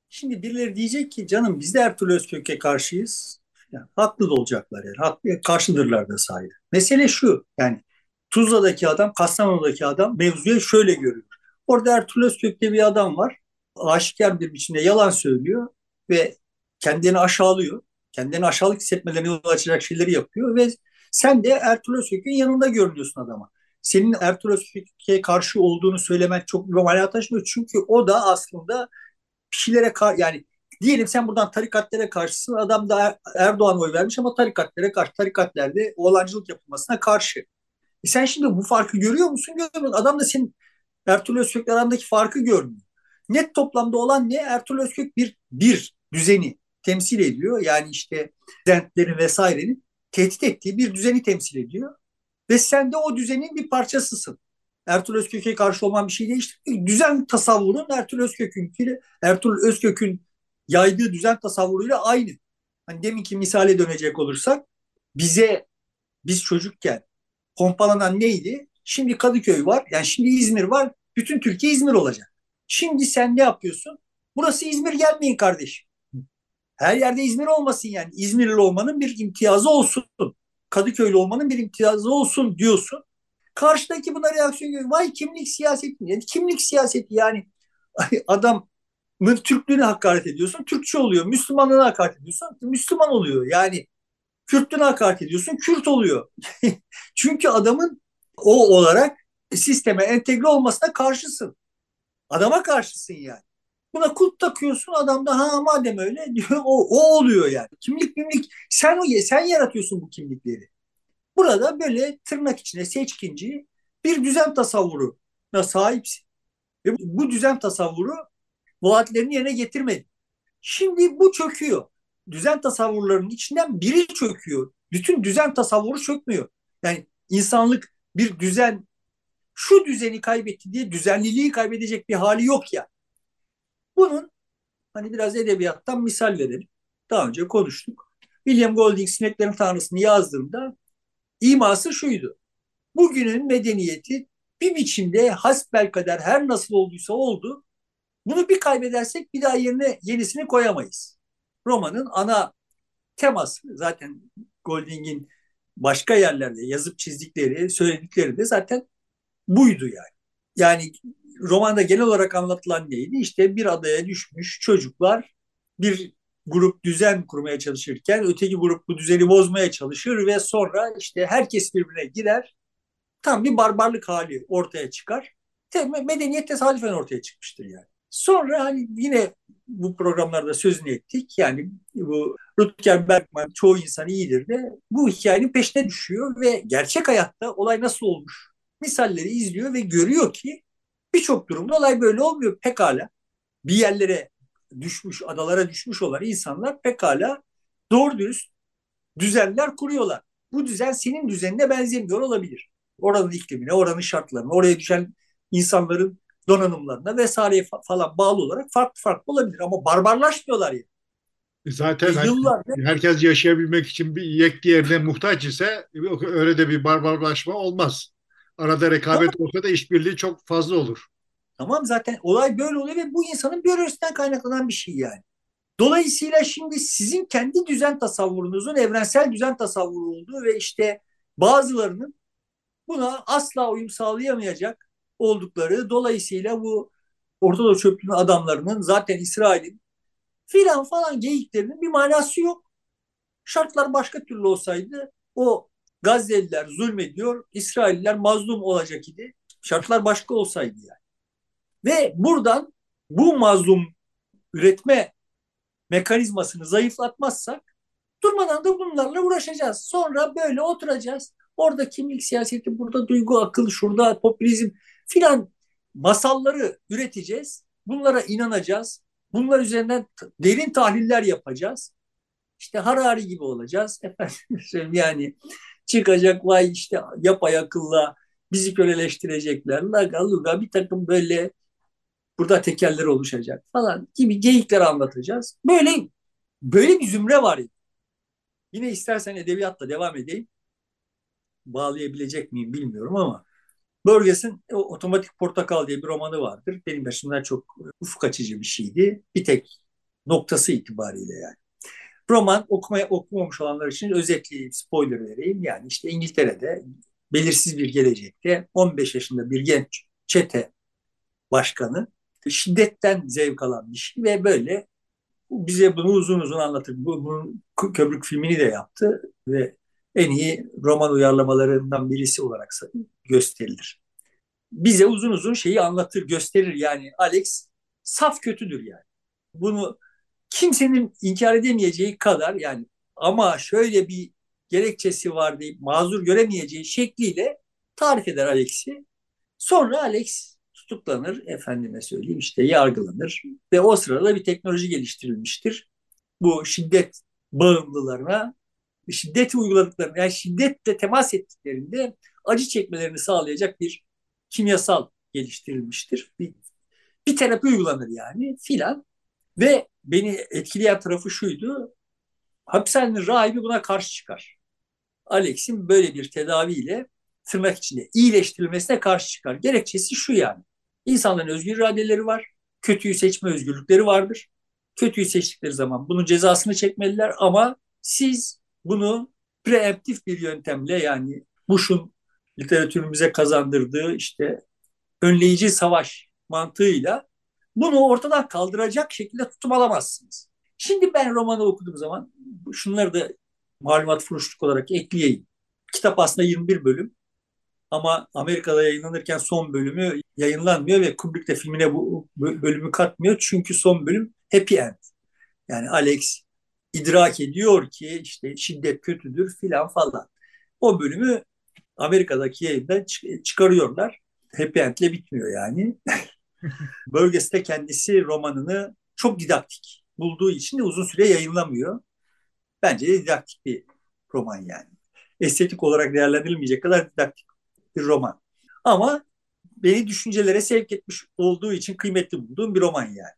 B: Şimdi birileri diyecek ki canım biz de Ertuğrul Özkök'e karşıyız. Yani haklı da olacaklar yani. Haklı, karşıdırlar da sahi. Mesele şu yani Tuzla'daki adam, Kastamonu'daki adam mevzuyu şöyle görüyor. Orada Ertuğrul Özkök'te bir adam var. Aşikar bir biçimde yalan söylüyor ve kendini aşağılıyor. Kendini aşağılık hissetmelerine yol açacak şeyleri yapıyor ve sen de Ertuğrul Özkök'ün yanında görünüyorsun adama. Senin Ertuğrul Özkök'e karşı olduğunu söylemek çok bir manaya taşmıyor. Çünkü o da aslında kişilere yani diyelim sen buradan tarikatlere karşısın. Adam da Erdoğan oy vermiş ama tarikatlere karşı. Tarikatlerde oğlancılık yapılmasına karşı. Sen şimdi bu farkı görüyor musun? Görmüyorsun. Adam da senin Ertuğrul Özkök'le arandaki farkı görmüyor. Net toplamda olan ne? Ertuğrul Özkök bir düzeni temsil ediyor. Yani işte Zentlerin vesairenin tehdit ettiği bir düzeni temsil ediyor. Ve sen de o düzenin bir parçasısın. Ertuğrul Özkök'e karşı olman bir şey değiştirmiyor. Düzen tasavvurun Ertuğrul Özkök'ün yaydığı düzen tasavvuruyla aynı. Hani deminki misale dönecek olursak bize biz çocukken pompalanan neydi? Şimdi Kadıköy var. Yani şimdi İzmir var. Bütün Türkiye İzmir olacak. Şimdi sen ne yapıyorsun? Burası İzmir gelmeyin kardeşim. Her yerde İzmir olmasın yani. İzmirli olmanın bir imtiyazı olsun. Kadıköylü olmanın bir imtiyazı olsun diyorsun. Karşıdaki buna reaksiyon görüyor. Vay kimlik siyaseti. Yani kimlik siyaseti yani adamın Türklüğüne hakaret ediyorsun. Türkçe oluyor. Müslümanlığına hakaret ediyorsun. Müslüman oluyor. Yani Kürtlüğüne hakaret ediyorsun. Kürt oluyor. Çünkü adamın o olarak sisteme entegre olmasına karşısın. Adama karşısın yani. Buna kulp takıyorsun adam da ha madem öyle diyor o oluyor yani. Kimlik sen yaratıyorsun bu kimlikleri. Burada böyle tırnak içine seçkinci bir düzen tasavvuruna sahipsin. Ve bu düzen tasavvuru vaatlerini yerine getirmedi. Şimdi bu çöküyor. Düzen tasavvurlarının içinden biri çöküyor. Bütün düzen tasavvuru çökmüyor. Yani insanlık bir düzen, şu düzeni kaybetti diye düzenliliği kaybedecek bir hali yok ya. Bunun hani biraz edebiyattan misal verelim. Daha önce konuştuk. William Golding Sineklerin Tanrısı'nı yazdığında iması şuydu. Bugünün medeniyeti bir biçimde hasbelkader her nasıl olduysa oldu. Bunu bir kaybedersek bir daha yerine yenisini koyamayız. Romanın ana teması zaten Golding'in başka yerlerde yazıp çizdikleri, söyledikleri de zaten buydu yani. Yani romanda genel olarak anlatılan neydi? İşte bir adaya düşmüş çocuklar bir grup düzen kurmaya çalışırken öteki grup bu düzeni bozmaya çalışır ve sonra işte herkes birbirine girer. Tam bir barbarlık hali ortaya çıkar. Medeniyet tesadüfen ortaya çıkmıştır yani. Sonra hani yine bu programlarda sözünü ettik. Yani bu Rutger Bergman çoğu insan iyidir de bu hikayenin peşine düşüyor ve gerçek hayatta olay nasıl olmuş misalleri izliyor ve görüyor ki birçok durumda olay böyle olmuyor. Pekala bir yerlere düşmüş, adalara düşmüş olan insanlar pekala doğru dürüst düzenler kuruyorlar. Bu düzen senin düzenine benzemiyor olabilir. Oranın iklimine, oranın şartlarına, oraya düşen insanların donanımlarına vesaireye falan bağlı olarak farklı farklı olabilir. Ama barbarlaşmıyorlar ya. Ve
A: Zaten hani
B: yıllarca
A: herkes yaşayabilmek için bir yek diğerine muhtaç ise öyle de bir barbarlaşma olmaz. Arada
B: tamam,
A: rekabet olsa da işbirliği çok fazla olur.
B: tamam zaten olay böyle oluyor ve bu insanın biyolojisinden kaynaklanan bir şey yani. Dolayısıyla şimdi sizin kendi düzen tasavvurunuzun evrensel düzen tasavvuru olduğu ve işte bazılarının buna asla uyum sağlayamayacak oldukları dolayısıyla bu Ortadoğu çöplüğünün adamlarının zaten İsrail'in filan falan geyiklerinin bir manası yok. Şartlar başka türlü olsaydı o Gazze'liler zulmediyor, İsrailliler mazlum olacak idi. Şartlar başka olsaydı yani. Ve buradan bu mazlum üretme mekanizmasını zayıflatmazsak durmadan da bunlarla uğraşacağız. Sonra böyle oturacağız. Orada kimlik siyaseti, burada duygu akıl, şurada popülizm filan masalları üreteceğiz. Bunlara inanacağız. Bunlar üzerinden derin tahliller yapacağız. İşte Harari gibi olacağız. Efendim yani çıkacak vay işte yapayakılla bizi köleleştirecekler. Laga luga bir takım böyle burada tekerler oluşacak falan gibi geyikler anlatacağız. Böyle bir zümre var. Yine istersen edebiyatla devam edeyim. Bağlayabilecek miyim bilmiyorum ama Burgess'in Otomatik Portakal diye bir romanı vardır. Benim başımdan çok ufuk açıcı bir şeydi. Bir tek noktası itibariyle yani. Roman okumamış olanlar için özetleyeyim, spoiler vereyim. Yani işte İngiltere'de belirsiz bir gelecekte 15 yaşında bir genç çete başkanı şiddetten zevk alan bir şey ve böyle bize bunu uzun uzun anlatır. Bunun Kubrick filmini de yaptı ve en iyi roman uyarlamalarından birisi olarak gösterilir. Bize uzun uzun şeyi anlatır, gösterir yani. Alex saf kötüdür yani. Bunu kimsenin inkar edemeyeceği kadar yani, ama şöyle bir gerekçesi var deyip mazur göremeyeceği şekliyle tarif eder Alex'i. Sonra Alex tutuklanır, efendime söyleyeyim işte yargılanır ve o sırada bir teknoloji geliştirilmiştir. Bu şiddet bağımlılarına şiddet uyguladıklarını, yani şiddetle temas ettiklerinde acı çekmelerini sağlayacak bir kimyasal geliştirilmiştir. Bir terapi uygulanır yani filan. Ve beni etkileyen tarafı şuydu. Hapishanenin rahibi buna karşı çıkar. Alex'in böyle bir tedaviyle tırnak içinde iyileştirilmesine karşı çıkar. Gerekçesi şu yani. İnsanların özgür iradeleri var. Kötüyü seçme özgürlükleri vardır. Kötüyü seçtikleri zaman bunun cezasını çekmeliler ama siz bunu preemptif bir yöntemle, yani Bush'un literatürümüze kazandırdığı işte önleyici savaş mantığıyla bunu ortadan kaldıracak şekilde tutum alamazsınız. Şimdi ben romanı okuduğum zaman şunları da malumat furuşluk olarak ekleyeyim. Kitap aslında 21 bölüm ama Amerika'da yayınlanırken son bölümü yayınlanmıyor ve Kubrick de filmine bu bölümü katmıyor. Çünkü son bölüm happy end. Yani Alex idrak ediyor ki işte şiddet kötüdür filan falan. O bölümü Amerika'daki yayından çıkarıyorlar. Happy end'le bitmiyor yani. Bölgesinde kendisi romanını çok didaktik bulduğu için de uzun süre yayınlamıyor. Bence de didaktik bir roman yani. Estetik olarak değerlendirilmeyecek kadar didaktik bir roman. Ama beni düşüncelere sevk etmiş olduğu için kıymetli bulduğum bir roman yani.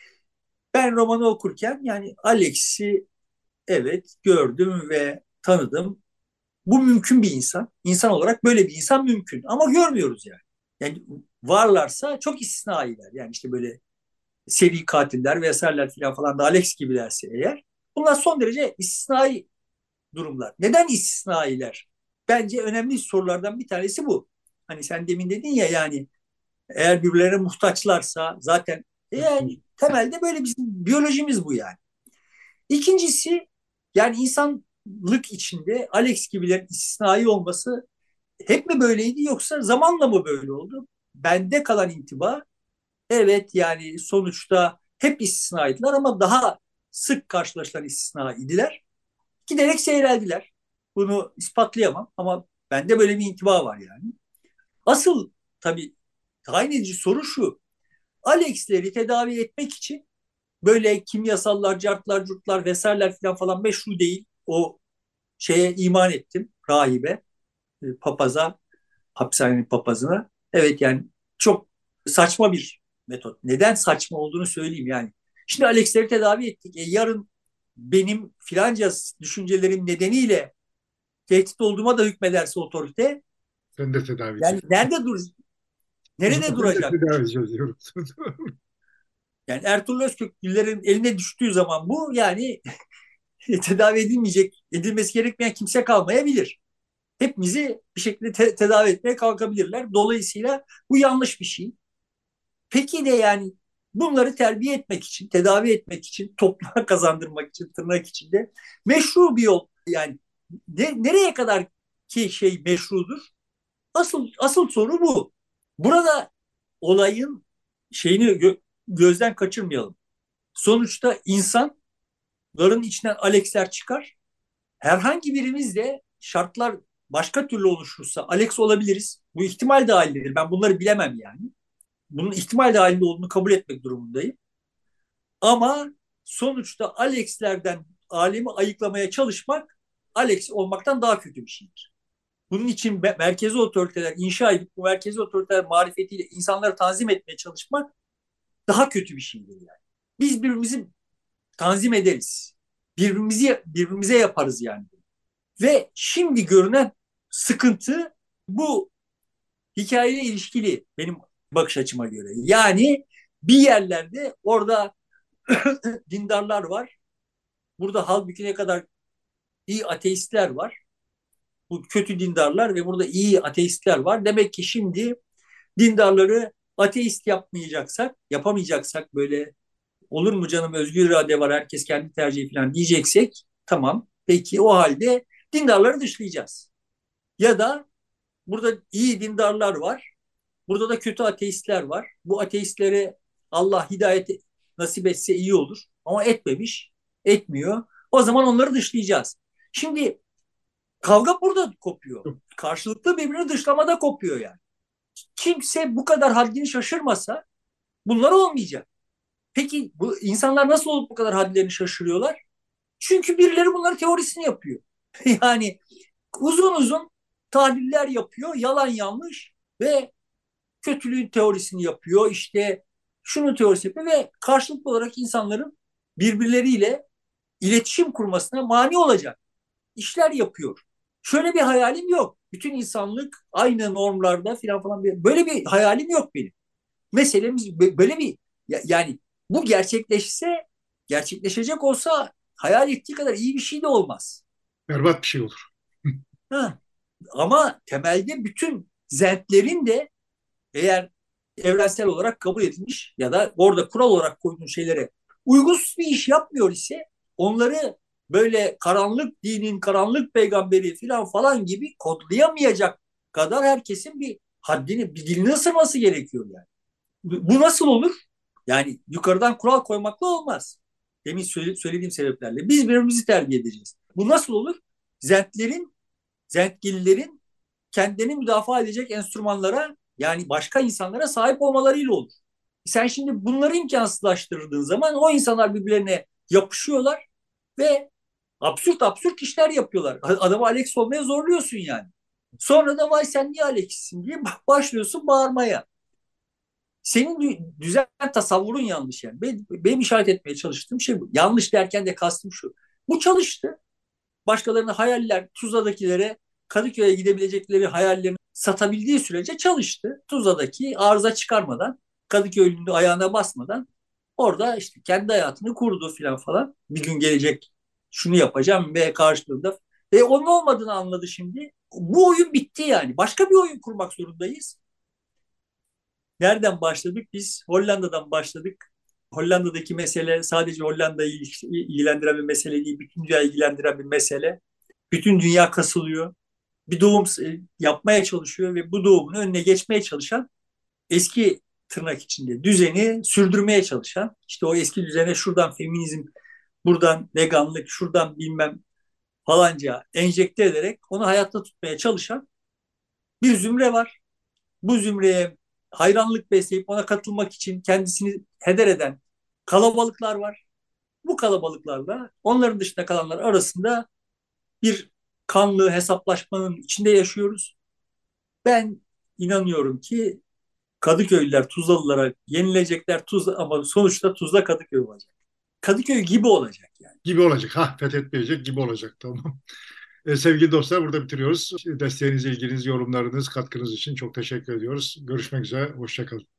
B: Ben romanı okurken yani Alex'i evet gördüm ve tanıdım. Bu mümkün bir insan. İnsan olarak böyle bir insan mümkün. Ama görmüyoruz yani. Yani varlarsa çok istisnailer. Yani işte böyle seri katiller vesaireler falan da Alex gibilerse eğer, bunlar son derece istisnai durumlar. Neden istisnailer? Bence önemli sorulardan bir tanesi bu. Hani sen demin dedin ya yani eğer birbirlerine muhtaçlarsa zaten yani temelde böyle bizim biyolojimiz bu yani. İkincisi yani insanlık içinde Alex gibilerin istisnai olması hep mi böyleydi yoksa zamanla mı böyle oldu? Bende kalan intiba evet yani sonuçta hep istisnaydılar ama daha sık karşılaşılan istisna idiler. Giderek seyreldiler. Bunu ispatlayamam ama bende böyle bir intiba var yani. Asıl tabii tayin edici soru şu. Alex'leri tedavi etmek için böyle kimyasallar, cartlar, curtlar vesaireler falan meşru değil. O şeye iman ettim rahibe, papaza, hapishanenin papazına. Evet yani çok saçma bir metot. Neden saçma olduğunu söyleyeyim yani. Şimdi Alex'leri tedavi ettik. Yarın benim filanca düşüncelerim nedeniyle tehdit olduğuma da hükmederse otorite,
A: Sen de tedavi
B: yani
A: edeceksin.
B: nerede
A: O
B: nerede
A: zaman sen de
B: duracak?
A: tedavi edeceğiz.
B: Yani Ertuğrul Özköklülerin eline düştüğü zaman bu yani tedavi edilmesi gerekmeyen kimse kalmayabilir. Hepimizi bir şekilde tedavi etmeye kalkabilirler. Dolayısıyla bu yanlış bir şey. Peki de yani bunları terbiye etmek için, tedavi etmek için, topluma kazandırmak için, tırnak içinde meşru bir yol. Yani nereye kadar ki şey meşrudur? Asıl soru bu. Burada olayın şeyini gözden kaçırmayalım. Sonuçta insanların içinden Alex'ler çıkar. Herhangi birimiz de şartlar başka türlü oluşursa Alex olabiliriz. Bu ihtimal dahildir. Ben bunları bilemem yani. Bunun ihtimal dahilinde olduğunu kabul etmek durumundayım. Ama sonuçta Alex'lerden alemi ayıklamaya çalışmak Alex olmaktan daha kötü bir şeydir. Bunun için merkezi otoriteler inşa edip bu merkezi otoriteler marifetiyle insanları tanzim etmeye çalışmak daha kötü bir şeydir yani. Biz birbirimizi tanzim ederiz. Birbirimize yaparız yani. Ve şimdi görünen sıkıntı bu hikayeyle ilişkili benim bakış açıma göre. Yani bir yerlerde orada dindarlar var. Burada halbuki ne kadar iyi ateistler var. Bu kötü dindarlar ve burada iyi ateistler var. Demek ki şimdi dindarları ateist yapamayacaksak böyle olur mu canım özgür irade var herkes kendi tercihi falan diyeceksek tamam. Peki o halde dindarları dışlayacağız. Ya da burada iyi dindarlar var. Burada da kötü ateistler var. Bu ateistlere Allah hidayet nasip etse iyi olur. Ama etmemiş, etmiyor. O zaman onları dışlayacağız. Şimdi kavga burada kopuyor. Karşılıklı birbirini dışlamada kopuyor yani. Kimse bu kadar haddini şaşırmasa bunlar olmayacak. Peki bu insanlar nasıl olup bu kadar hadlerini şaşırıyorlar? Çünkü birileri bunların teorisini yapıyor. Yani uzun uzun tahliller yapıyor, yalan yanlış ve kötülüğün teorisini yapıyor. İşte şunu teorisi yapıyor ve karşılıklı olarak insanların birbirleriyle iletişim kurmasına mani olacak işler yapıyor. Şöyle bir hayalim yok. Bütün insanlık aynı normlarda filan falan böyle bir hayalim yok benim. Meselemiz böyle bir yani bu gerçekleşecek olsa hayal ettiği kadar iyi bir şey de olmaz.
A: Berbat bir şey olur.
B: Ha. Ama temelde bütün zentlerin de eğer evrensel olarak kabul edilmiş ya da orada kural olarak koyduğun şeylere uygunsuz bir iş yapmıyor ise onları böyle karanlık dinin karanlık peygamberi falan gibi kodlayamayacak kadar herkesin bir haddini, bir dilini ısırması gerekiyor yani. Bu nasıl olur? Yani yukarıdan kural koymakla olmaz. Demin söylediğim sebeplerle. Biz birbirimizi terbiye edeceğiz. Bu nasıl olur? Zentlerin, zentgililerin kendini müdafaa edecek enstrümanlara yani başka insanlara sahip olmalarıyla olur. Sen şimdi bunları imkansızlaştırdığın zaman o insanlar birbirlerine yapışıyorlar ve absürt absürt işler yapıyorlar. Adamı Alex olmaya zorluyorsun yani. Sonra da vay sen niye Alex'sin diye başlıyorsun bağırmaya. Senin düzen tasavvurun yanlış yani. Benim işaret etmeye çalıştığım şey bu. Yanlış derken de kastım şu. Bu çalıştı. Başkalarının hayaller, Tuzla'dakilere Kadıköy'e gidebilecekleri hayallerini satabildiği sürece çalıştı. Tuzla'daki arıza çıkarmadan, Kadıköylünün de ayağına basmadan orada işte kendi hayatını kurdu falan. Bir gün gelecek şunu yapacağım ve karşılığında. Ve onun olmadığını anladı şimdi. Bu oyun bitti yani. Başka bir oyun kurmak zorundayız. Nereden başladık? Biz Hollanda'dan başladık. Hollanda'daki mesele sadece Hollanda'yı ilgilendiren bir mesele değil, bütün dünyayı ilgilendiren bir mesele. Bütün dünya kasılıyor. Bir doğum yapmaya çalışıyor ve bu doğumun önüne geçmeye çalışan eski tırnak içinde düzeni sürdürmeye çalışan, işte o eski düzene şuradan feminizm, buradan veganlık, şuradan bilmem falanca enjekte ederek onu hayatta tutmaya çalışan bir zümre var. Bu zümreye hayranlık besleyip ona katılmak için kendisini heder eden kalabalıklar var. Bu kalabalıklarla onların dışında kalanlar arasında bir kanlı hesaplaşmanın içinde yaşıyoruz. Ben inanıyorum ki Kadıköylüler Tuzlalılara yenilecekler ama sonuçta Tuzla Kadıköy olacak. Kadıköy gibi olacak yani.
A: Gibi olacak. Ha, fethetmeyecek gibi olacak. Tamam. Sevgili dostlar, burada bitiriyoruz. Desteğiniz, ilginiz, yorumlarınız, katkınız için çok teşekkür ediyoruz. Görüşmek üzere. Hoşça kalın.